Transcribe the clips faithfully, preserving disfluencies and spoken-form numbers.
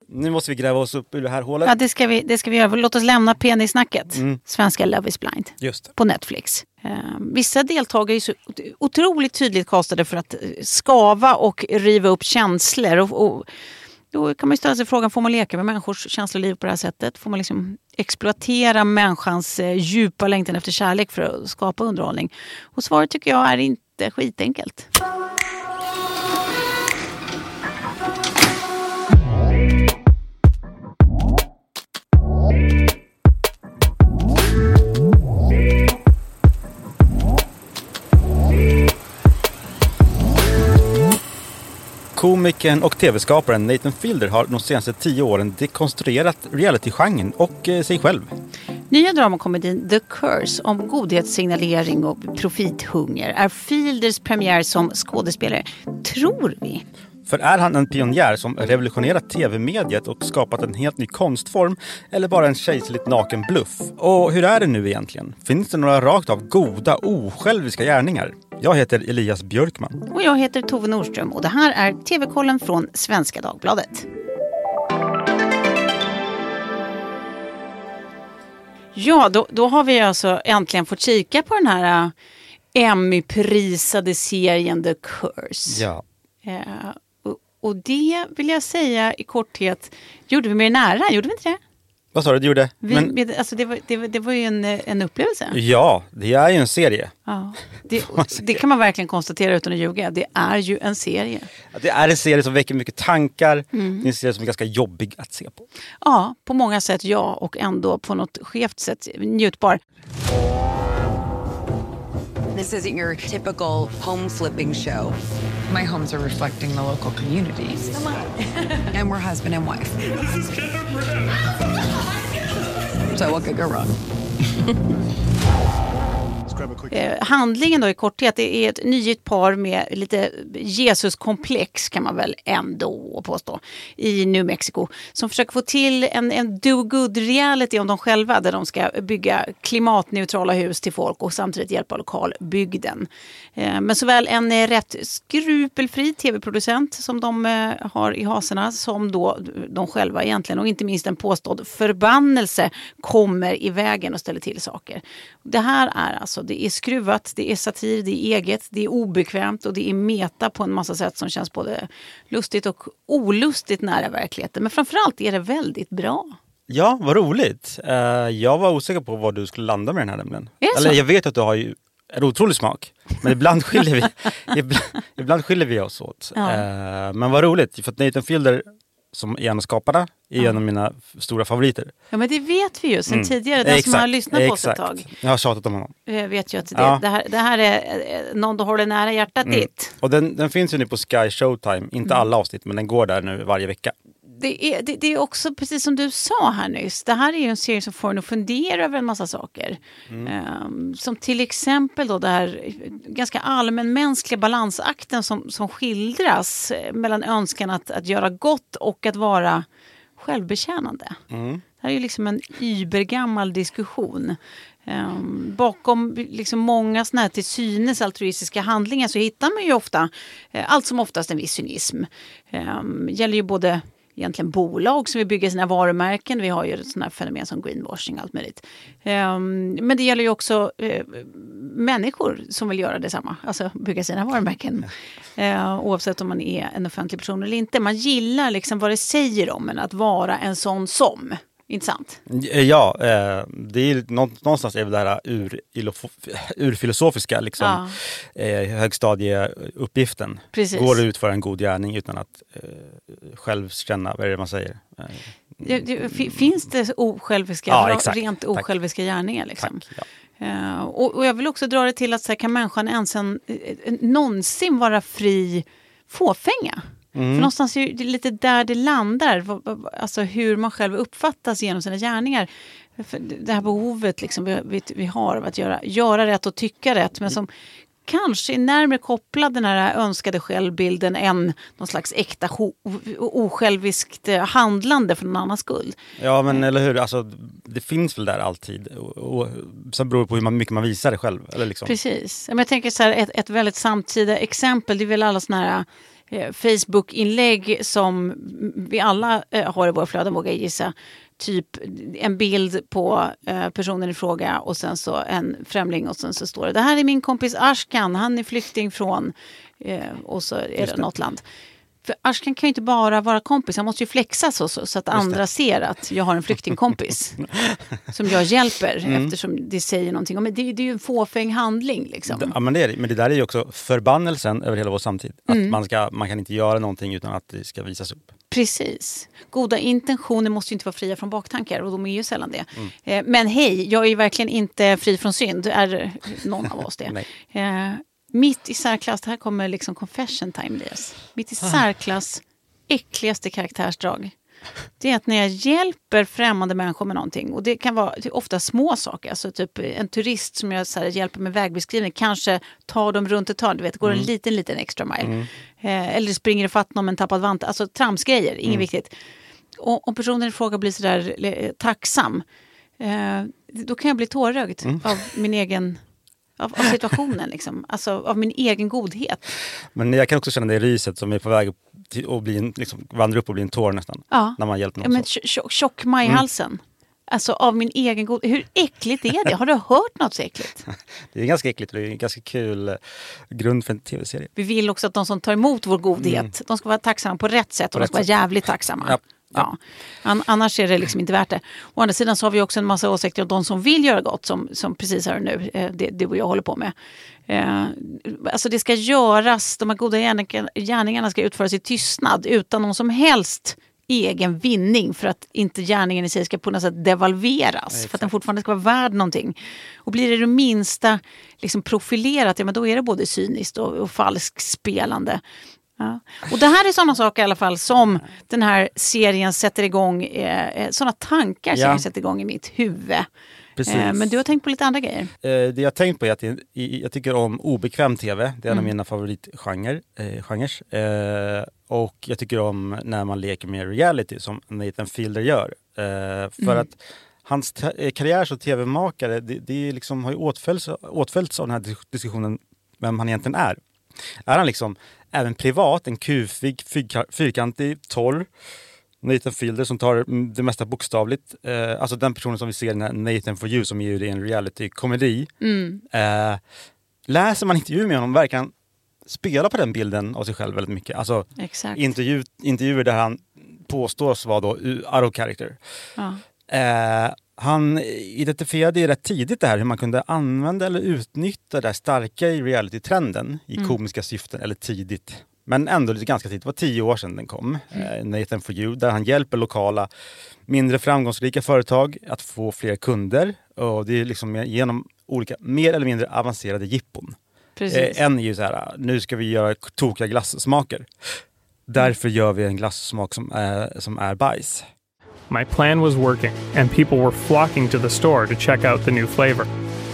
Nu måste vi gräva oss upp ur det här hålet. Ja, det ska vi, det ska vi göra. Låt oss lämna penissnacket. Mm. Svenska Love is blind. Just det. På Netflix. Eh, vissa deltagare är så otroligt tydligt kastade för att skava och riva upp känslor. Och, och då kan man ju ställa sig frågan, får man leka med människors känsloliv på det här sättet? Får man liksom exploatera människans eh, djupa längtan efter kärlek för att skapa underhållning? Och svaret tycker jag är inte skitenkelt. Komikern och tv-skaparen Nathan Fielder har de senaste tio åren dekonstruerat reality-genren och eh, sig själv. Nya dramakomedin The Curse om godhetssignalering och profithunger är Fielders premiär som skådespelare, tror vi. För är han en pionjär som revolutionerat tv-mediet och skapat en helt ny konstform eller bara en kejserligt naken bluff? Och hur är det nu egentligen? Finns det några rakt av goda, osjälviska gärningar? Jag heter Elias Björkman. Och jag heter Tove Nordström och det här är T V-kollen från Svenska Dagbladet. Ja, då, då har vi alltså äntligen fått kika på den här uh, Emmy-prisade serien The Curse. Ja. Uh, och, och det vill jag säga i korthet, gjorde vi mer nära, gjorde vi inte det? Vad sa du, du gjorde? Vi, Men... med, alltså det, var, det, var, det var ju en, en upplevelse. Ja, det är ju en serie. Ja, det, det kan man verkligen konstatera utan att ljuga. Det är ju en serie. Ja, det är en serie som väcker mycket tankar. Mm. Det är en serie som är ganska jobbig att se på. Ja, på många sätt ja, och ändå på något skevt sätt njutbar. This isn't your typical home flipping show. My homes are reflecting the local communities. Come on. And we're husband and wife. So what could go wrong? Eh, handlingen då i korthet, det är ett nygift par med lite Jesus-komplex kan man väl ändå påstå i New Mexico som försöker få till en, en do-good-reality om dem själva där de ska bygga klimatneutrala hus till folk och samtidigt hjälpa lokalbygden. Eh, men såväl en eh, rätt skrupelfri tv-producent som de eh, har i haserna som då de själva egentligen och inte minst en påstådd förbannelse kommer i vägen och ställer till saker. Det här är alltså, det är skruvat, det är satir, det är eget, det är obekvämt och det är meta på en massa sätt som känns både lustigt och olustigt nära verkligheten. Men framförallt är det väldigt bra. Ja, vad roligt. Uh, jag var osäker på vad du skulle landa med den här nämligen. Eller jag vet att du har ju en otrolig smak. Men ibland skiljer vi, ibland, ibland skiljer vi oss åt. Ja. Uh, men vad roligt, för att Nathan Fielder som är en av skaparna är ja. en av mina stora favoriter. Ja, men det vet vi ju sen mm. tidigare. Den exakt, som har lyssnat på oss ett tag. Jag har tjatat om honom. Jag vet ju att det, ja. det, här, det här är någon du håller nära hjärtat mm. ditt. Och den, den finns ju nu på Sky Showtime. Inte mm. alla avsnitt, men den går där nu varje vecka. Det är, det, det är också precis som du sa här nyss. Det här är ju en serie som får en att fundera över en massa saker. Mm. Um, som till exempel då det här ganska allmänmänskliga balansakten som, som skildras mellan önskan att, att göra gott och att vara självbetjänande. Mm. Det här är ju liksom en übergammal diskussion. Um, bakom liksom många såna här till synes altruistiska handlingar så hittar man ju ofta uh, allt som oftast en viss cynism. Um, gäller ju både egentligen bolag som vill bygga sina varumärken. Vi har ju sådana här fenomen som greenwashing och allt möjligt. Um, men det gäller ju också uh, människor som vill göra detsamma. Alltså bygga sina varumärken. Uh, oavsett om man är en offentlig person eller inte. Man gillar liksom vad det säger om en att vara en sån som. Intressant. Ja, eh, det är någonstans är det där ur, urfilosofiska liksom, ja. eh, högstadieuppgiften. Precis. Går det ut för en god gärning utan att eh, själv känna, vad är det man säger? Eh, det, det, f- finns det osjälviska, ja, exakt. rent osjälviska gärningar liksom? Tack, ja. uh, och, och jag vill också dra det till att så här, kan människan ens en, en, någonsin vara fri fåfänga? Mm. För någonstans är det lite där det landar, alltså hur man själv uppfattas genom sina gärningar. För det här behovet liksom vi, vi, vi har av att göra, göra rätt och tycka rätt, men som kanske är närmare kopplad den här önskade självbilden än någon slags äkta ho- osjälviskt handlande för någon annans skull. Ja, men eller hur, alltså, det finns väl där alltid och, och sen beror det på hur mycket man visar det själv. Eller liksom. Precis, men jag tänker så här, ett, ett väldigt samtida exempel, det är väl alla såna här eh, Facebook-inlägg som vi alla eh, har i våra flöden, vågar jag gissa. Typ en bild på eh, personen i fråga och sen så en främling och sen så står det: det här är min kompis Ashkan, han är flykting från eh, och så är det, det något land. För Ashkan kan ju inte bara vara kompis, han måste ju flexa så, så, så att andra ser att jag har en flyktingkompis som jag hjälper mm. eftersom det säger någonting om. Men det, det är ju en fåfäng handling liksom. Ja, men, det är, men det där är ju också förbannelsen över hela vår samtid. Att Mm. man, ska, man kan inte göra någonting utan att det ska visas upp. Precis. Goda intentioner måste ju inte vara fria från baktankar och de är ju sällan det. Mm. Eh, men hej, jag är ju verkligen inte fri från synd. Är någon av oss det? eh, mitt i särklass, här kommer liksom confession time, Elias. Mitt i särklass äckligaste karaktärsdrag. Det är att när jag hjälper främmande människor med någonting, och det kan vara ofta små saker, alltså typ en turist som jag så här, hjälper med vägbeskrivning, kanske tar dem runt ett hörn, du vet, går mm. en liten liten extra mile. Mm. Eh, eller springer ifatt någon med en tappad vant, alltså tramsgrejer, inget mm. viktigt. Och om personen i fråga blir sådär eh, tacksam, eh, då kan jag bli tårögd mm. av min egen... Av, av situationen, liksom. Alltså av min egen godhet. Men jag kan också känna det ryset som är på väg till att bli en, liksom, vandra upp och bli en tår nästan. Ja. När man hjälper någon. Ja, men tjock, tjock majhalsen. Mm. Alltså av min egen godhet. Hur äckligt är det? Har du hört något så äckligt? Det är ganska äckligt och det är en ganska kul grund för en tv-serie. Vi vill också att de som tar emot vår godhet, mm. de ska vara tacksamma på rätt sätt och på de ska vara jävligt tacksamma. Ja. Ja. An- annars är det liksom inte värt det. Å andra sidan så har vi också en massa åsikter om de som vill göra gott, som, som precis här och nu, eh, det, det jag håller på med. Eh, alltså det ska göras, de här goda gärningarna, gärningarna ska utföras i tystnad utan någon som helst egen vinning, för att inte gärningen i sig ska på något sätt devalveras. Nej, för att den fortfarande ska vara värd någonting. Och blir det det minsta liksom profilerat, ja men då är det både cyniskt och, och falskt spelande. Ja. Och det här är sådana saker i alla fall som den här serien sätter igång, eh, sådana tankar som ja. sätter igång i mitt huvud. Eh, men du har tänkt på lite andra grejer. Eh, det jag har tänkt på är att jag, jag tycker om obekväm tv. Det är en mm. av mina favoritgenrer. Eh, genres. Eh, och jag tycker om när man leker med reality som Nathan Fielder gör. Eh, för mm. att hans t- karriär som tv-makare, det, det liksom har ju åtföljts, åtföljts av den här diskussionen vem han egentligen är. Är han liksom även privat en kufig, fyr, fyrkantig, torr Nathan Fielder som tar det mesta bokstavligt. Eh, alltså den personen som vi ser i Nathan for You, som är ju en reality-komedi. Mm. Eh, läser man intervjuer med honom verkar han spela på den bilden av sig själv väldigt mycket. Alltså intervju, intervjuer där han påstås vara då out of character. Ja. Eh, han identifierade rätt tidigt det här hur man kunde använda eller utnyttja det här starka i reality-trenden i mm. komiska syften, eller tidigt. Men ändå lite ganska tidigt, det var tio år sedan den kom. Mm. Nathan for You, där han hjälper lokala mindre framgångsrika företag att få fler kunder. Och det är liksom genom olika mer eller mindre avancerade jippon. Eh, en är ju så här, nu ska vi göra tokiga glassmaker. Därför gör vi en glassmak som är, som är bajs. My plan was working, and people were flocking to the store to check out the new flavor.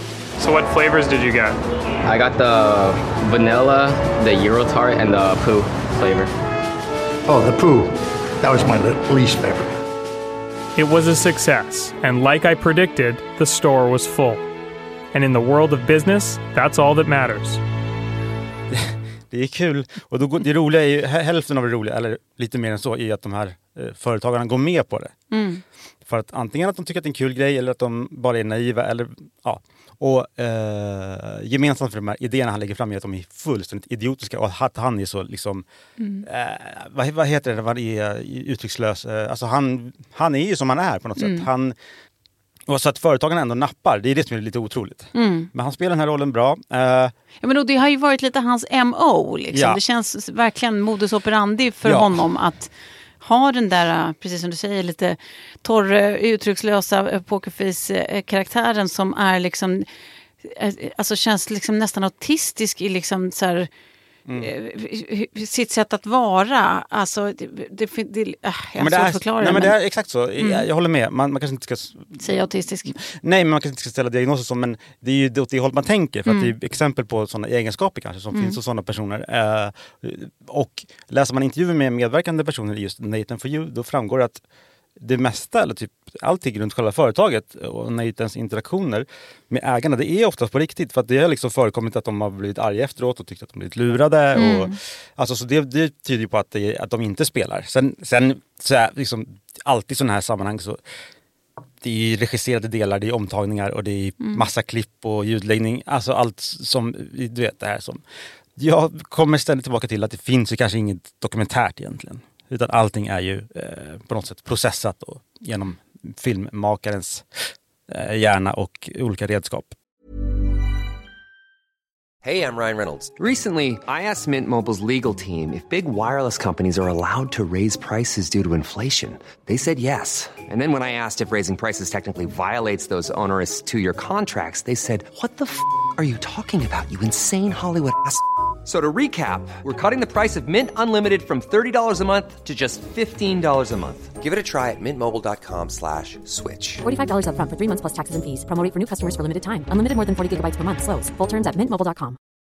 So what flavors did you get? I got the vanilla, the Eurotart, and the poo flavor. Oh, the poo. That was my least favorite. It was a success, and like I predicted, the store was full. And in the world of business, that's all that matters. Det är kul. Och då, det roliga är ju, hälften av det roliga, eller lite mer än så, är att de här eh, företagarna går med på det. Mm. För att antingen att de tycker att det är en kul grej eller att de bara är naiva. Eller, ja. Och eh, gemensamt för de här idéerna han lägger fram är att de är fullständigt idiotiska och att han är så liksom, mm. eh, vad, vad heter det när man är uttryckslös? Eh, alltså han, han är ju som han är på något mm. sätt. Han, och så att företagen ändå nappar, det är det som är lite otroligt. Mm. Men han spelar den här rollen bra. Uh, ja, men då, det har ju varit lite hans M O. Liksom. Ja. Det känns verkligen modus operandi för ja. honom att ha den där, precis som du säger, lite torr, uttryckslösa pokerface-karaktären som är liksom, alltså känns liksom nästan autistisk i liksom så här, Mm. sitt sätt att vara. Alltså det, det, det, äh, jag har svårt att förklara nej, det. Men det är exakt så. Mm. Jag, jag håller med. Man, man kanske inte ska säga autistisk. Nej, men man kanske inte ska ställa diagnoser som, men det är ju det, det håll man tänker. För mm. att det är exempel på sådana egenskaper kanske som mm. finns hos sådana personer. Uh, och läser man intervjuer med medverkande personer i just Nathan for You, då framgår det att det mesta, eller typ allting runt själva företaget och Nathans interaktioner med ägarna, det är oftast på riktigt. För att det har liksom förekommit att de har blivit arga efteråt och tyckt att de blivit lurade. Mm. Och, alltså, så det, det tyder ju på att, det, att de inte spelar. Sen, sen så är liksom, alltid i sådana här sammanhang så det är regisserade delar, det är omtagningar och det är mm. massa klipp och ljudläggning. Alltså allt som, du vet det här som... Jag kommer ständigt tillbaka till att det finns ju kanske inget dokumentärt egentligen. Utan allting är ju eh, på något sätt processat och genom filmmakarens eh, hjärna och olika redskap. Hey, I'm Ryan Reynolds. Recently, I asked Mint Mobile's legal team if big wireless companies are allowed to raise prices due to inflation. They said yes. And then when I asked if raising prices technically violates those onerous two-year contracts, they said, what the f*** are you talking about, you insane Hollywood ass f- So to recap, we're cutting the price of Mint Unlimited from thirty dollars a month to just fifteen dollars a month. Give it a try at mintmobile.com slash switch. forty-five dollars up front for three months plus taxes and fees. Promo rate for new customers for limited time. Unlimited more than forty gigabytes per month. Slows full terms at mint mobile dot com.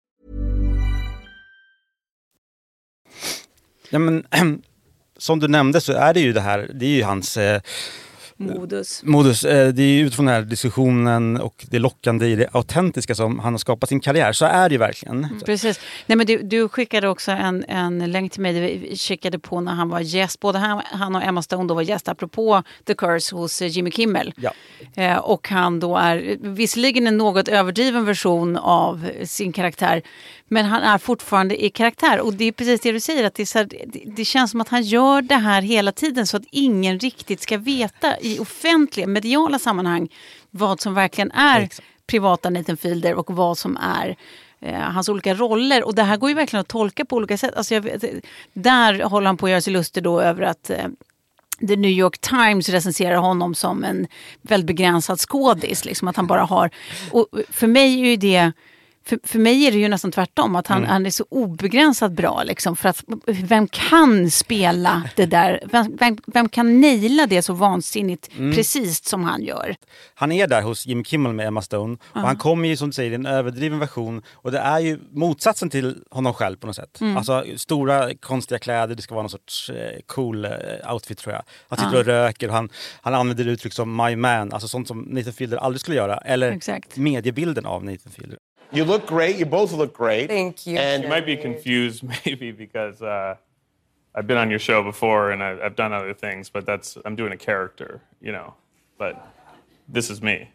Ja, men, som du nämnde så är det ju det här, det är ju hans... Eh, Modus. Modus. Det är ju utifrån den här diskussionen och det lockande i det autentiska som han har skapat sin karriär. Så är det ju verkligen. Mm, precis. Nej, men du, du skickade också en, en länk till mig. Vi kikade på när han var gäst. Både han, han och Emma Stone då var gäst apropå The Curse hos Jimmy Kimmel. Ja. Eh, och han då är visserligen en något överdriven version av sin karaktär. Men han är fortfarande i karaktär. Och det är precis det du säger. Att det, är så här, det, det känns som att han gör det här hela tiden. Så att ingen riktigt ska veta i offentliga, mediala sammanhang vad som verkligen är Exakt. privata Nathan Fielder och vad som är eh, hans olika roller. Och det här går ju verkligen att tolka på olika sätt. Alltså jag vet, där håller han på att göra sig lustig då över att eh, The New York Times recenserar honom som en väldigt begränsad skådis. Liksom att han bara har... Och för mig är ju det... För, för mig är det ju nästan tvärtom. Att han, mm. han är så obegränsat bra. Liksom, för att vem kan spela det där? Vem, vem, vem kan naila det så vansinnigt mm. precis som han gör? Han är där hos Jimmy Kimmel med Emma Stone. Och uh-huh. han kommer ju som du säger i en överdriven version. Och det är ju motsatsen till honom själv på något sätt. Mm. Alltså stora konstiga kläder. Det ska vara någon sorts eh, cool eh, outfit tror jag. Han sitter uh-huh. och röker. Och han, han använder uttryck som my man. Alltså sånt som Nathan Fielder aldrig skulle göra. Eller Exakt. mediebilden av Nathan Fielder. You look great. You both look great. Thank you. And you might be confused maybe because uh, I've been on your show before and I've, I've done other things, but that's I'm doing a character, you know. But this is me.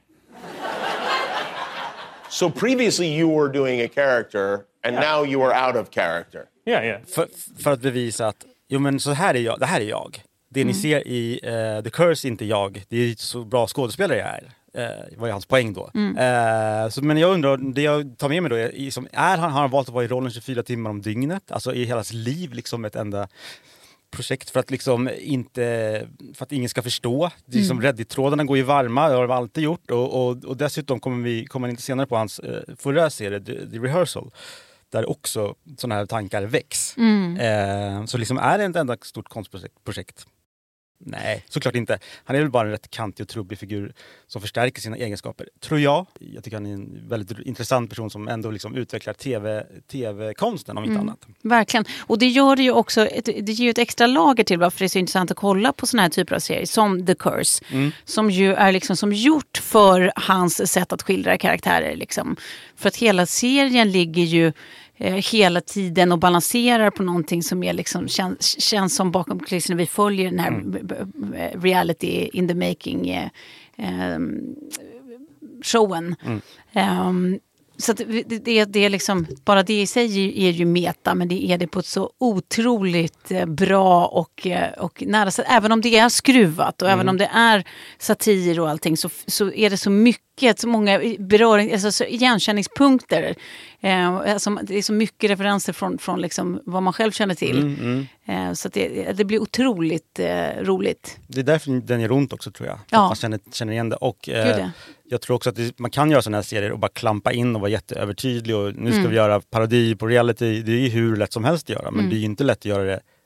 So previously you were doing a character and yeah. now you are out of character. Yeah, yeah. För, för att bevisa att jo men så här är jag, det här är jag. Det mm. ni ser i uh, The Curse är inte jag. Det är så bra skådespelare jag är. Eh, var ju hans poäng då. Mm. Eh, så, men jag undrar, det jag tar med mig då är, liksom, är han, har han valt att vara i rollen tjugofyra timmar om dygnet? Alltså i hela sitt liv liksom ett enda projekt för att liksom inte, för att ingen ska förstå. Det är liksom mm. Reddit-trådarna går ju varma, det har de alltid gjort. Och, och, och dessutom kommer vi komma inte senare på hans eh, förra serie, The, The Rehearsal. Där också sådana här tankar väcks. Mm. Eh, så liksom är det ett enda stort konstprojekt. Nej, såklart inte. Han är väl bara en rätt kantig och trubbig figur som förstärker sina egenskaper, tror jag. Jag tycker han är en väldigt intressant person som ändå liksom utvecklar tv, tv-konsten om inte mm, annat. Verkligen. Och det gör det ju också, ett, det ger ju ett extra lager till varför det är så intressant att kolla på såna här typer av serier som The Curse. Mm. Som ju är liksom som gjort för hans sätt att skildra karaktärer. Liksom. För att hela serien ligger ju eh, hela tiden och balanserar på någonting som är liksom, känns, känns som bakom kulisserna. Vi följer den här mm. reality in the making eh, eh, showen. Mm. Um, så att det, det, det är liksom, bara det i sig är ju meta, men det är det på ett så otroligt bra och, och nära sätt. Även om det är skruvat och mm. även om det är satir och allting så, så är det så mycket, så många beröring, alltså så igenkänningspunkter. Eh, alltså det är så mycket referenser från, från liksom vad man själv känner till. Mm, mm. Eh, så att det, det blir otroligt eh, roligt. Det är därför den gör ont också, tror jag. Ja. Att man känner, känner igen det. Och eh, jag tror också att det, man kan göra sådana här serier och bara klampa in och vara jätteövertydlig. Och nu ska mm. vi göra parodi på reality. Det är ju hur lätt som helst att göra. Men mm. det är ju inte lätt att göra det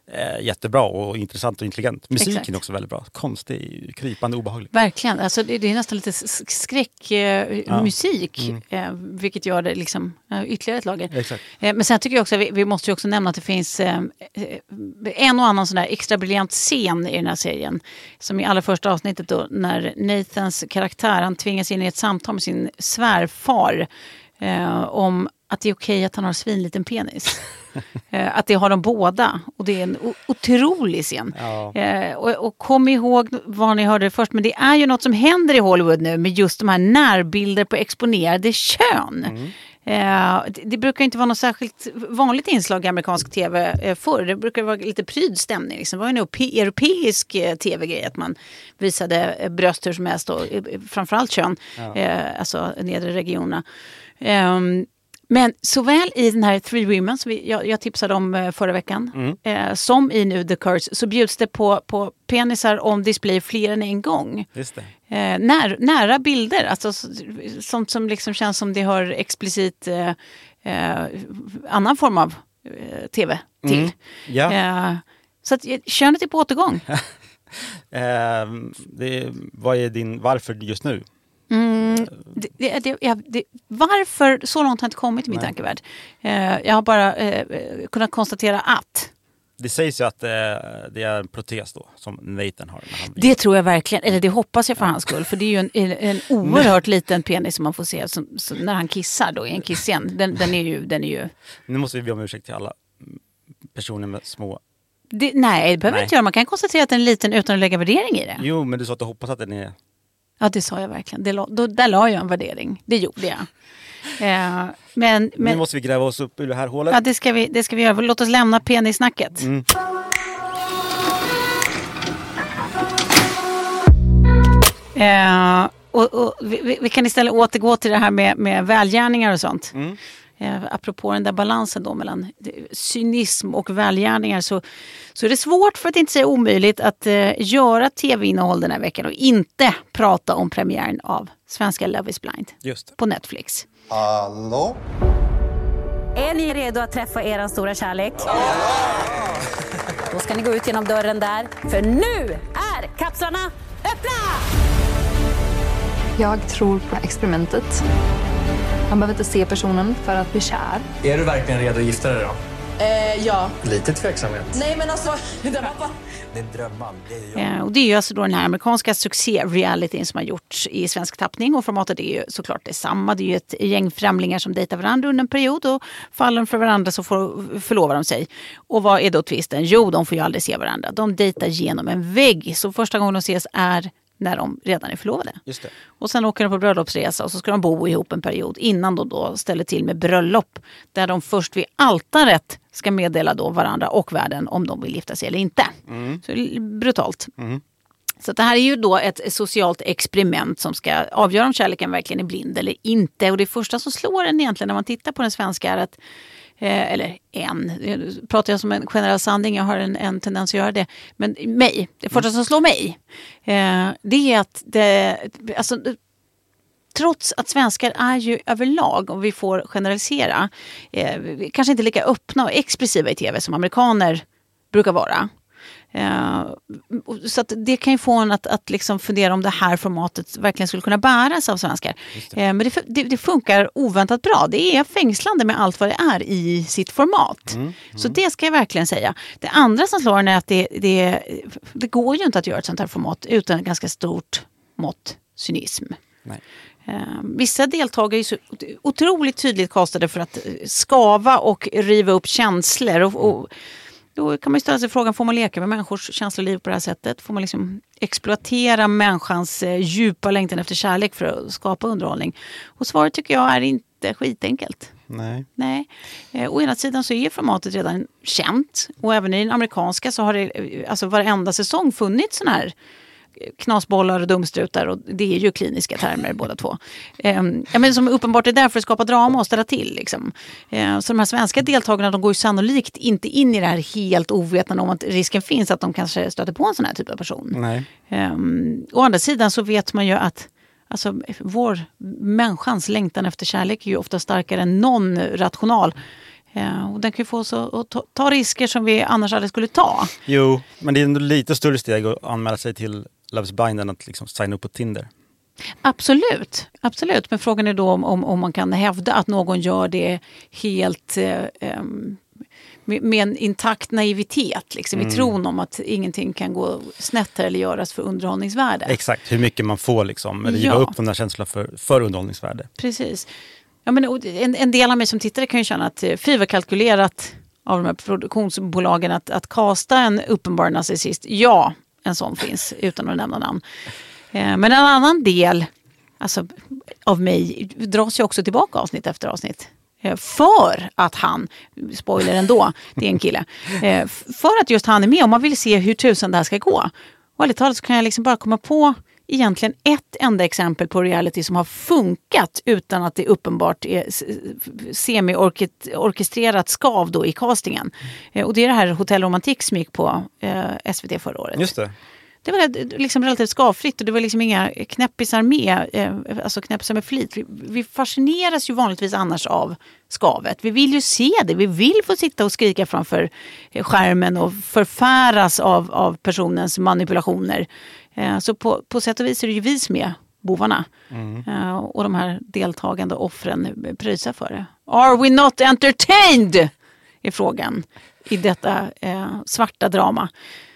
eh, jättebra och intressant och intelligent. Musiken Exakt. är också väldigt bra. Konstig, krypande, obehaglig. Verkligen. Alltså, det, det är nästan lite skräckmusik, eh, Ja. mm. eh, vilket gör det liksom, eh, ytterligare ett lager. Exakt. Eh, men sen tycker jag också, vi, vi måste ju också nämna att det finns eh, en och annan sån där extra briljant scen i den här serien. Som i allra första avsnittet då, när Nathans karaktär, han tvingas in i ett samtal med sin svärfar eh, om att det är okej att han har svinliten penis. eh, att det har de båda. Och det är en o- otrolig scen. Ja. Eh, och, och kom ihåg vad ni hörde först, men det är ju något som händer i Hollywood nu med just de här närbilder på exponerade kön. Mm. Eh, det, det brukar inte vara något särskilt vanligt inslag i amerikansk tv eh, förr. Det brukar vara lite pryd stämning. Liksom. Det var ju en europe- europeisk eh, tv-grej att man visade eh, bröst hur som helst och eh, framförallt kön, Ja. eh, alltså nedre regionerna. Um, Men såväl i den här Three Women som vi, jag, jag tipsade om eh, förra veckan Mm. eh, som i nu The Curse så bjuds det på, på penisar om display fler än en gång. Just det. Eh, när, nära bilder, alltså s- sånt som liksom känns som det har explicit eh, eh, annan form av eh, tv till. Mm. Ja. Eh, så att eh, könet är på återgång. Eh, det, vad är din, varför just nu? Mm, det, det, det, ja, det, varför så långt har jag inte kommit i min Nej. tankevärld. Eh, jag har bara eh, kunnat konstatera att Det sägs ju att eh, det är en protes då, som Nathan har. När han det tror jag verkligen, eller det hoppas jag för hans skull, för det är ju en, en, en oerhört liten penis som man får se som, som när han kissar då i en kissscen. Den, den är ju, den är ju Nu måste vi be om ursäkt till alla personer med små... det, nej, det behöver Nej. inte göra. Man kan konstatera att den är liten utan att lägga värdering i det. Jo, men du sa att du hoppas att den är... Ja, det sa jag verkligen. Det, la- då, där la jag en värdering. Det gjorde jag. Eh, men, Nu men måste vi gräva oss upp ur det här hålet. ja, det ska vi, det ska vi göra. Låt oss lämna penissnacket. Mm. Eh, och, och vi, vi kan istället återgå till det här med, med välgärningar och sånt. Mm. Eh, apropå den där balansen då mellan cynism och välgärningar så, så är det svårt, för att inte säga omöjligt, att eh, göra tv-innehåll den här veckan och inte prata om premiären av svenska Love is blind Just. på Netflix. Hallå? Är ni redo att träffa er stora kärlek? Då ska ni gå ut genom dörren där, för nu är kapslarna öppna! Jag tror på experimentet. Man behöver inte se personen för att bli kär. Är du verkligen redo att gifta dig då? Eh, ja. Lite tveksamhet. Nej, men alltså, det var bara... Det är en drömman, det är jag. Eh, och det är ju alltså då den här amerikanska succé-realityn som har gjorts i svensk tappning, och formatet är ju såklart detsamma. Det är ju ett gäng främlingar som dejtar varandra under en period, och faller de för varandra så får, förlovar de sig. Och vad är då twisten? Jo, de får ju aldrig se varandra. De dejtar genom en vägg, så första gången de ses är när de redan är förlovade. Just det. Och sen åker de på bröllopsresa och så ska de bo ihop en period innan de då ställer till med bröllop. Där de först vid altaret ska meddela då varandra och världen om de vill gifta sig eller inte. Mm. Så det är brutalt. Mm. Så det här är ju då ett socialt experiment som ska avgöra om kärleken verkligen är blind eller inte. Och det första som slår en egentligen när man tittar på den svenska är att Eh, eller en, nu pratar jag som en generell sanning, jag har en, en tendens att göra det, men mig, det första som slår mig eh, det är att det, alltså, trots att svenskar är ju överlag, om vi får generalisera, eh, kanske inte lika öppna och expressiva i tv som amerikaner brukar vara. Uh, så att det kan ju få en att, att liksom fundera om det här formatet verkligen skulle kunna bäras av svenskar. Uh, men det, det, det funkar oväntat bra. Det är fängslande med allt vad det är i sitt format. Mm, mm. Så det ska jag verkligen säga. Det andra som slår en är att det, det, det går ju inte att göra ett sånt här format utan ett ganska stort mått cynism. Nej. Uh, vissa deltagare är så otroligt tydligt kastade för att skava och riva upp känslor och, och då kan man ju ställa sig frågan, får man leka med människors känsloliv på det här sättet? Får man liksom exploatera människans eh, djupa längtan efter kärlek för att skapa underhållning? Och svaret tycker jag är inte skitenkelt. Nej. Nej. Eh, å ena sidan så är formatet redan känt, och även i den amerikanska så har det eh, alltså varenda säsong funnits sån här knasbollar och dumstrutar, och det är ju kliniska termer båda två. Eh, ja, men som uppenbart är där för att skapa drama och ställa till. Liksom. Eh, så de här svenska deltagarna, de går ju sannolikt inte in i det här helt ovetande om att risken finns att de kanske stöter på en sån här typ av person. Nej. Eh, å andra sidan så vet man ju att alltså, vår människans längtan efter kärlek är ju ofta starkare än någon rational Ja, och den kan ju få oss att ta, ta risker som vi annars aldrig skulle ta. Jo, men det är ändå lite större steg att anmäla sig till Love's Bind än att liksom signa upp på Tinder. Absolut, absolut. Men frågan är då om, om, om man kan hävda att någon gör det helt eh, med, med en intakt naivitet. Liksom, mm. i tron om att ingenting kan gå snett här eller göras för underhållningsvärde. Exakt, hur mycket man får liksom riva ja. upp den där känslan för, för underhållningsvärde. Precis. Ja, men en, en del av mig som tittare kan ju känna att fy var kalkylerat av de här produktionsbolagen att, att kasta en uppenbar narcissist. Ja, en sån finns utan att nämna namn. Men en annan del alltså, av mig dras ju också tillbaka avsnitt efter avsnitt. För att han, spoiler ändå, det är en kille. För att just han är med och man vill se hur tusen det här ska gå. Och ärligt talat så kan jag liksom bara komma på egentligen ett enda exempel på reality som har funkat utan att det uppenbart är semi-orkestrerat skav då i castingen. Och det är det här Hotel Romantik som gick på S V T förra året. Just det. Det var liksom relativt skavfritt och det var liksom inga knäppisar med, eh, alltså knäppisar med flit. Vi, vi fascineras ju vanligtvis annars av skavet. Vi vill ju se det. Vi vill få sitta och skrika framför skärmen och förfäras av, av personens manipulationer. Eh, så på, på sätt och vis är det ju vi som är bovarna. Mm. Eh, och de här deltagande offren pröjsar för det. Are we not entertained? Är frågan i detta eh, svarta drama.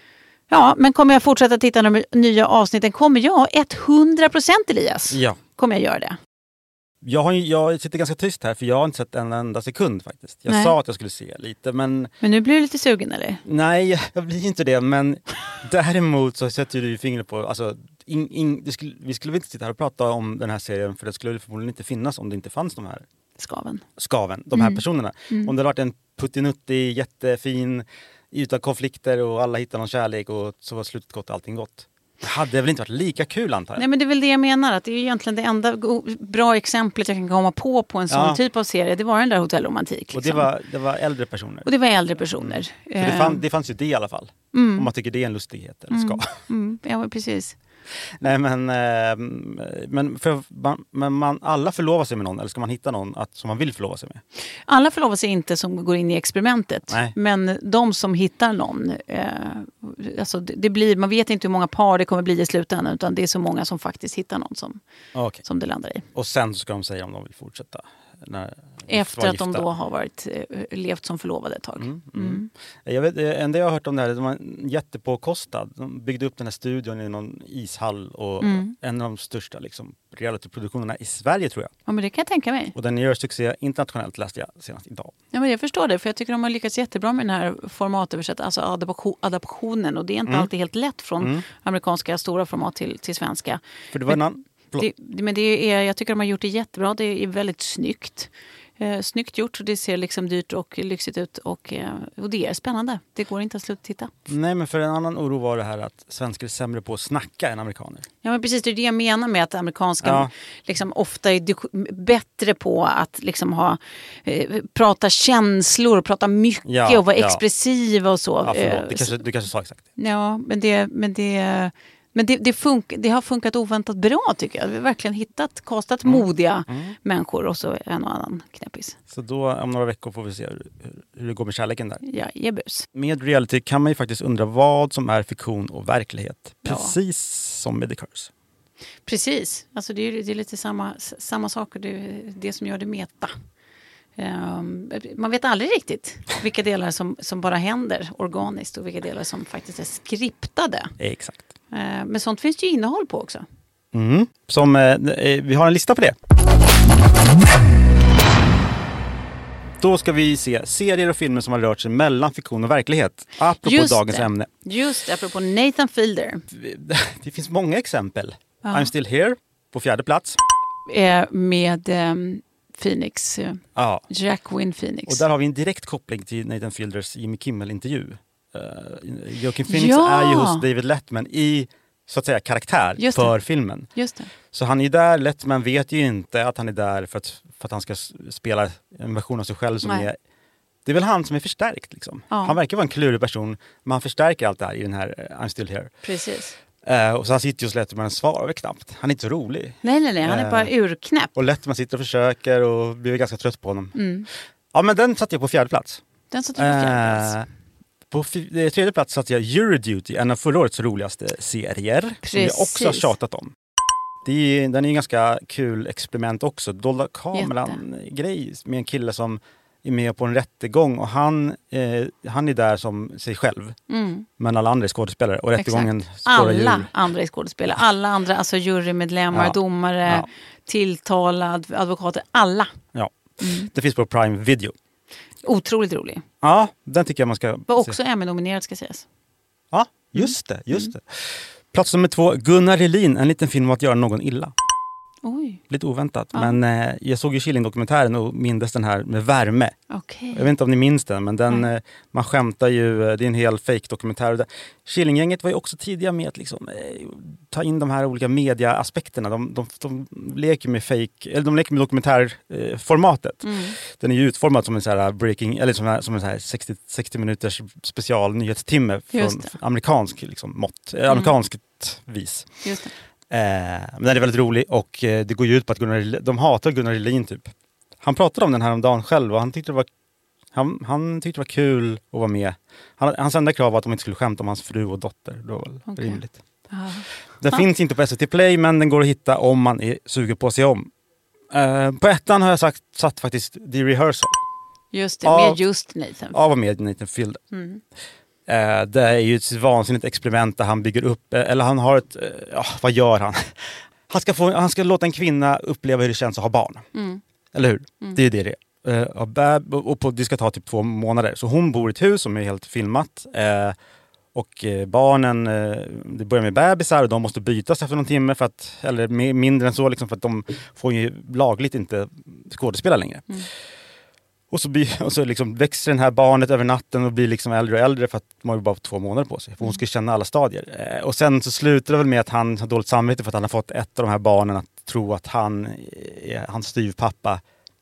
Ja, men kommer jag fortsätta titta på de nya avsnitten? Kommer jag hundra procent Elias? Ja. Kommer jag göra det? Jag, har, jag sitter ganska tyst här för jag har inte sett en enda sekund faktiskt. Jag nej. sa att jag skulle se lite men... Men nu blir du lite sugen eller? Nej, jag blir inte det. Men däremot så sätter du ju fingret på... Alltså, in, in, det skulle, vi skulle väl inte sitta här och prata om den här serien för det skulle förmodligen inte finnas om det inte fanns de här... Skaven. Skaven, de här mm. personerna. Mm. Om det hade varit en puttinuttig, jättefin... utan konflikter och alla hittar någon kärlek och så var slutet gott och allting gott. Det hade väl inte varit lika kul antar jag. Nej men det är väl det jag menar att det är egentligen det enda bra exemplet jag kan komma på på en sån ja. typ av serie. Det var den där Hotel Romantik. Liksom. Och det var, det var äldre personer. Och det var äldre personer. Mm. Det, fann, det fanns ju det i alla fall. Mm. Om man tycker det är en lustighet eller ska. Mm. Mm. Ja precis. Nej men, eh, men, för, man, men man, alla förlovar sig med någon eller ska man hitta någon att, som man vill förlova sig med? Alla förlovar sig inte som går in i experimentet. Nej. Men de som hittar någon, eh, alltså det, det blir, man vet inte hur många par det kommer bli i slutändan utan det är så många som faktiskt hittar någon som, okay. som det landar i. Och sen så ska de säga om de vill fortsätta. När efter att de då har varit levt som förlovade ett tag. Mm, mm. Mm. Jag vet, en del jag har hört om det här, de var jättepåkostad. De byggde upp den här studion i någon ishall och mm. en av de största liksom, realityproduktionerna i Sverige tror jag. Ja men det kan jag tänka mig. Och den gör succé internationellt läste jag senast idag. Ja men jag förstår det för jag tycker de har lyckats jättebra med den här formatöversättningen, alltså adaptionen och det är inte mm. alltid helt lätt från mm. amerikanska stora format till, till svenska. För det var men, en annan... Det, men det är, jag tycker de har gjort det jättebra. Det är väldigt snyggt. Eh, snyggt gjort. Det ser liksom dyrt och lyxigt ut. Och, eh, och det är spännande. Det går inte att sluta titta. Nej, men för en annan oro var det här att svenskar är sämre på att snacka än amerikaner. Ja, men precis. Det är det jag menar med att amerikanska ja. liksom, ofta är bättre på att liksom, ha, eh, prata känslor, prata mycket ja, och vara ja. expressiva och så. Ja, förlåt. Det kanske, du kanske sa exakt det. Ja, men det... Men det Men det, det, fun- det har funkat oväntat bra tycker jag. Vi har verkligen hittat, kastat mm. modiga mm. människor och så en och annan knäppis. Så då om några veckor får vi se hur, hur det går med kärleken där. Ja, jebus. Med reality kan man ju faktiskt undra vad som är fiktion och verklighet. Precis ja. som med The Curse. Precis. Alltså det är, det är lite samma, samma saker. Det är det som gör det meta. Um, man vet aldrig riktigt vilka delar som, som bara händer organiskt och vilka delar som faktiskt är skriptade. Exakt. Men sånt finns det ju innehåll på också. Mm. Som, eh, vi har en lista på det. Då ska vi se serier och filmer som har rört sig mellan fiktion och verklighet. Apropå Just dagens det. ämne. Just det, apropå Nathan Fielder. Det finns många exempel. Ja. I'm Still Here på fjärde plats. Eh, med eh, Phoenix. Eh, ja. Jacqueline Phoenix. Och där har vi en direkt koppling till Nathan Fielders Jimmy Kimmel-intervju. Uh, Joaquin Phoenix ja. är ju hos David Letterman i så att säga karaktär för filmen. Just det. Så han är där, Letterman vet ju inte att han är där för att, för att han ska spela en version av sig själv som Nej. är... Det är väl han som är förstärkt liksom. Ja. Han verkar vara en klurig person, men han förstärker allt det här i den här uh, I'm Still Here. Precis. Uh, och så han sitter ju hos Letterman och svarar knappt. Han är inte så rolig. Nej, nej, nej. Han är uh, bara urknäpp. Och Letterman sitter och försöker och blir ganska trött på honom. Mm. Ja, men den satte jag på fjärde plats. Den satte du på fjärde plats. Eh, på f- tredje plats satte jag Euroduty, en av förra årets roligaste serier. Precis. Som jag också har tjatat om. Det är, den är en ganska kul experiment också. Dolda kameran-grej med en kille som är med på en rättegång och han, eh, han är där som sig själv. Mm. Men alla andra är skådespelare och rättegången alla djur. andra är skådespelare. Alla andra, alltså jurymedlemmar, ja. domare, ja. tilltalad, advokater, alla. Ja, mm. Det finns på Prime Video. Otroligt rolig. Ja, den tycker jag man ska var också Emmy-nominerad ska sägas. Ja, just det, just mm. det. Plats nummer två, Gunnar Helin, en liten film om att göra någon illa. Oj. Lite oväntat, ja. men eh, jag såg ju Killing-dokumentären och mindes den här med värme. Okay. Jag vet inte om ni minns den, men den, eh, man skämtar ju, det är en hel fake-dokumentär. Killing-gänget var ju också tidiga med att liksom, eh, ta in de här olika media-aspekterna. De, de, de leker med fake, eller de leker med dokumentärformatet. Eh, mm. Den är ju utformad som en så här breaking, eller som en, som en så här sextio, sextio minuters special nyhetstimme från amerikansk liksom, mått, eh, amerikanskt mm. vis. Just det. Eh, men den är väldigt rolig och eh, det går ju ut på att Gunnar, de hatar Gunnar Helin typ. Han pratade om den här om dagen själv och han tyckte det var, han, han tyckte det var kul att vara med. Han, hans enda krav var att de inte skulle skämta om hans fru och dotter. Det var väl okay. rimligt. Uh. Den ah. finns inte på S V T Play, men den går att hitta om man är sugen på att se om. Eh, på ettan har jag sagt, satt faktiskt The Rehearsal. Just det, med just Nathan. Av och med Nathan Fielder. Mm. Uh, det är ju ett vansinnigt experiment där han bygger upp, eller han har ett, uh, ja, vad gör han? Han ska, få, han ska låta en kvinna uppleva hur det känns att ha barn. Mm. Eller hur? Mm. Det är det det är. Uh, bab, och på, det ska ta typ två månader. Så hon bor i ett hus som är helt filmat. Uh, och uh, barnen, uh, det börjar med bebisar och de måste bytas efter någon timme. För att, eller mindre än så, liksom, för att de får ju lagligt inte skådespela längre. Mm. Och så, blir, och så liksom växer den här barnet över natten och blir liksom äldre och äldre för att man har bara två månader på sig. För hon ska känna alla stadier. Eh, och sen så slutar det väl med att han har dåligt samvete för att han har fått ett av de här barnen att tro att han är hans styvpappa.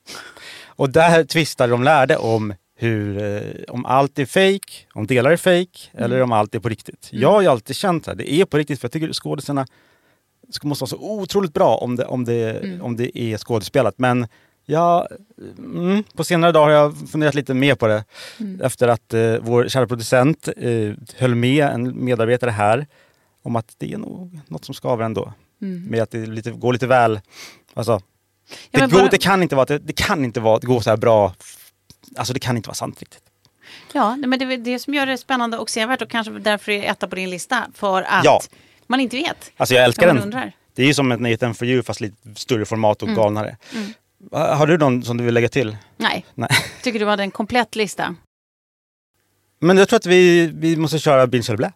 Och där tvistar de lärde om hur, eh, om allt är fake, om delar är fake mm. eller om allt är på riktigt. Mm. Jag har ju alltid känt att det är på riktigt för jag tycker skådespelarna måste vara så otroligt bra om det, om det, mm. om det är skådespelat. Men ja, mm, på senare dag har jag funderat lite mer på det. Mm. Efter att eh, vår kära producent eh, höll med en medarbetare här om att det är nog något som skaver ändå. Mm. Med att det lite, går lite väl. Alltså, det, ja, går, bara... det kan inte vara det, det kan inte vara det går så här bra. Alltså det kan inte vara sant riktigt. Ja, men det är det som gör det spännande och sevärt och kanske därför är etta på din lista för att ja. man inte vet. Alltså jag älskar den. Undrar. Det är ju som ett Nathan For You fast lite större format och mm. galnare. Mm. Har du någon som du vill lägga till? Nej. Nej. Tycker du hade en komplett lista? Men jag tror att vi, vi måste köra Binge eller Blä.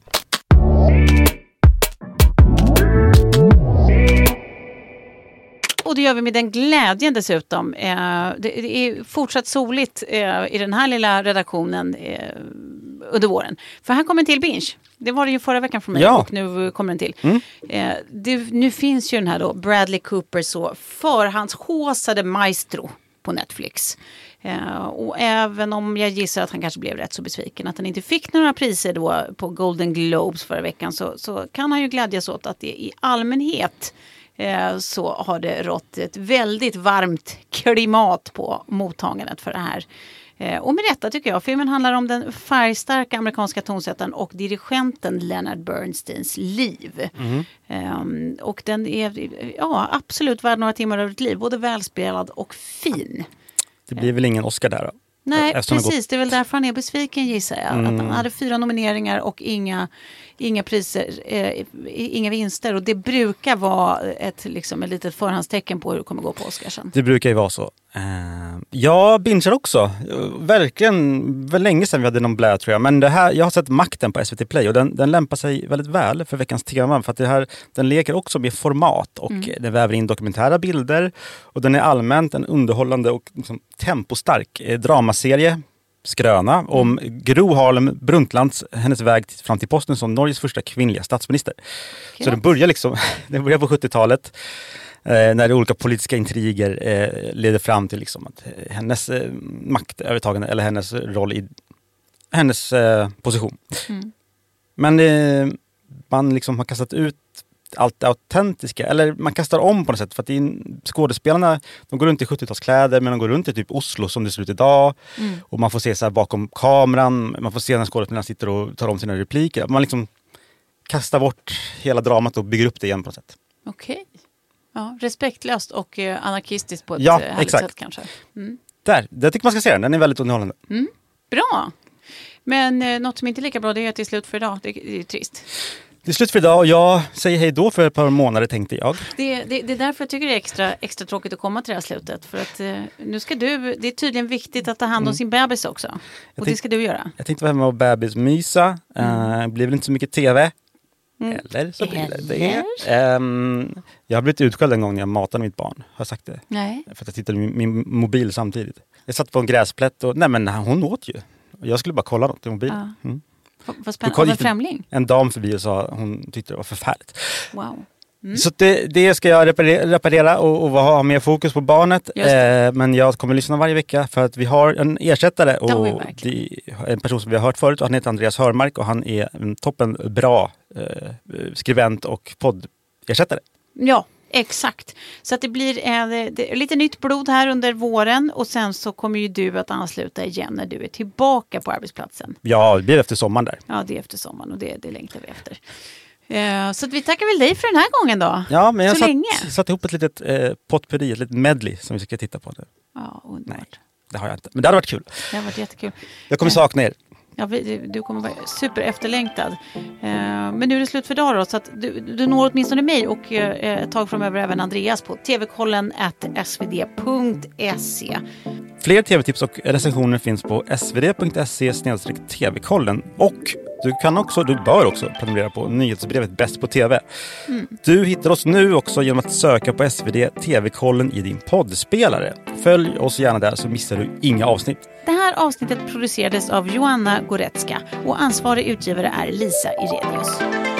Och det gör vi med den glädjen dessutom. Eh, det är fortsatt soligt eh, i den här lilla redaktionen eh, under våren. För här kommer en till binge. Det var det ju förra veckan för mig ja. och nu kommer den till. Mm. Eh, det, nu finns ju den här då Bradley Cooper så förhandshåsade maestro på Netflix. Eh, och även om jag gissar att han kanske blev rätt så besviken att han inte fick några priser då på Golden Globes förra veckan så, så kan han ju glädjas åt att det i allmänhet eh, så har det rått ett väldigt varmt klimat på mottagandet för det här. Och med detta tycker jag, filmen handlar om den färgstarka amerikanska tonsättaren och dirigenten Leonard Bernsteins liv. Mm. Um, och den är ja, absolut värd några timmar av ditt liv, både välspelad och fin. Det blir väl ingen Oscar där då? Nej, precis. Gått... Det är väl därför han är besviken gissar jag. Mm. Att han hade fyra nomineringar och inga, inga priser, eh, inga vinster. Och det brukar vara ett, liksom, ett litet förhandstecken på hur det kommer gå på Oscarsen. Det brukar ju vara så. Uh, jag bingar också. Verkligen, väl länge sedan vi hade någon blä tror jag. Men det här, jag har sett Makten på S V T Play och den, den lämpar sig väldigt väl för veckans tema. För att det här, den leker också med format och mm. den väver in dokumentära bilder. Och den är allmänt en underhållande och liksom, tempostark eh, dramaserie. Skröna om Gro Harlem Brundtlands hennes väg fram till posten som Norges första kvinnliga statsminister. Okay. Så det börjar liksom, det börjar på sjuttiotalet eh, när olika politiska intriger eh, leder fram till liksom att eh, hennes eh, maktövertagande eller hennes roll i hennes eh, position. Mm. Men eh, man liksom har kastat ut allt autentiska. Eller man kastar om på något sätt. För att det är, skådespelarna, de går runt i sjuttiotalskläder men de går runt i typ Oslo som det ser ut idag. Mm. Och man får se så här bakom kameran. Man får se när skådespelarna sitter och tar om sina repliker. Man liksom kastar bort hela dramat och bygger upp det igen på något sätt. Okej. Okay. Ja, respektlöst och eh, anarkistiskt på ett ja, härligt exakt. sätt kanske. Mm. Där, det tycker man ska se den. Den är väldigt underhållande. Mm. Bra. Men eh, något som inte är lika bra, det är att det är slut för idag. Det, det är trist. Det är slut för idag och jag säger hej då för ett par månader tänkte jag. Det, det, det är därför jag tycker det är extra, extra tråkigt att komma till det här slutet. För att eh, nu ska du, det är tydligen viktigt att ta hand om mm. sin bebis också. Och tänk, det ska du göra. Jag tänkte vara hemma och bebismysa. Mm. Uh, blir väl inte så mycket tv. Mm. Eller så blir det det. Um, jag har blivit utskälld en gång när jag matade mitt barn. Har jag sagt det? Nej. För att jag tittade på min, min mobil samtidigt. Jag satt på en gräsplätt och nej men hon åt ju. Jag skulle bara kolla något i mobilen. Ja. Mm. Vad spännande. En främling? En dam förbi och sa hon tyckte det var förfärligt. Wow. Mm. Så det, det ska jag reparera, reparera och, och ha mer fokus på barnet. Eh, men jag kommer lyssna varje vecka för att vi har en ersättare. Och det är en person som vi har hört förut och han heter Andreas Hörmark och han är en toppen bra eh, skribent och poddersättare. Ja. Exakt. Så att det blir en, det, lite nytt blod här under våren och sen så kommer ju du att ansluta igen när du är tillbaka på arbetsplatsen. Ja, det blir efter sommaren där. Ja, det är efter sommaren och det, det längtar vi efter. Uh, så att vi tackar väl dig för den här gången då. Ja, men jag så satt, länge. satt ihop ett litet eh, potpurri, ett litet medley som vi ska titta på nu. Ja, underbart. Nej, det har jag inte. Men det hade varit kul. Det har varit jättekul. Jag kommer sakna er. Ja, du kommer vara super efterlängtad. Men nu är det slut för idag då, så att du, du når åtminstone mig och ett tag framöver även Andreas på tvkollen at svd punkt se. Fler tv-tips och recensioner finns på svd punkt se snedstreck tvkollen och du kan också, du bör också prenumerera på nyhetsbrevet Bäst på T V. Mm. Du hittar oss nu också genom att söka på S V D TV-kollen i din poddspelare. Följ oss gärna där så missar du inga avsnitt. Det här avsnittet producerades av Joanna Goretzka och ansvarig utgivare är Lisa Irenius.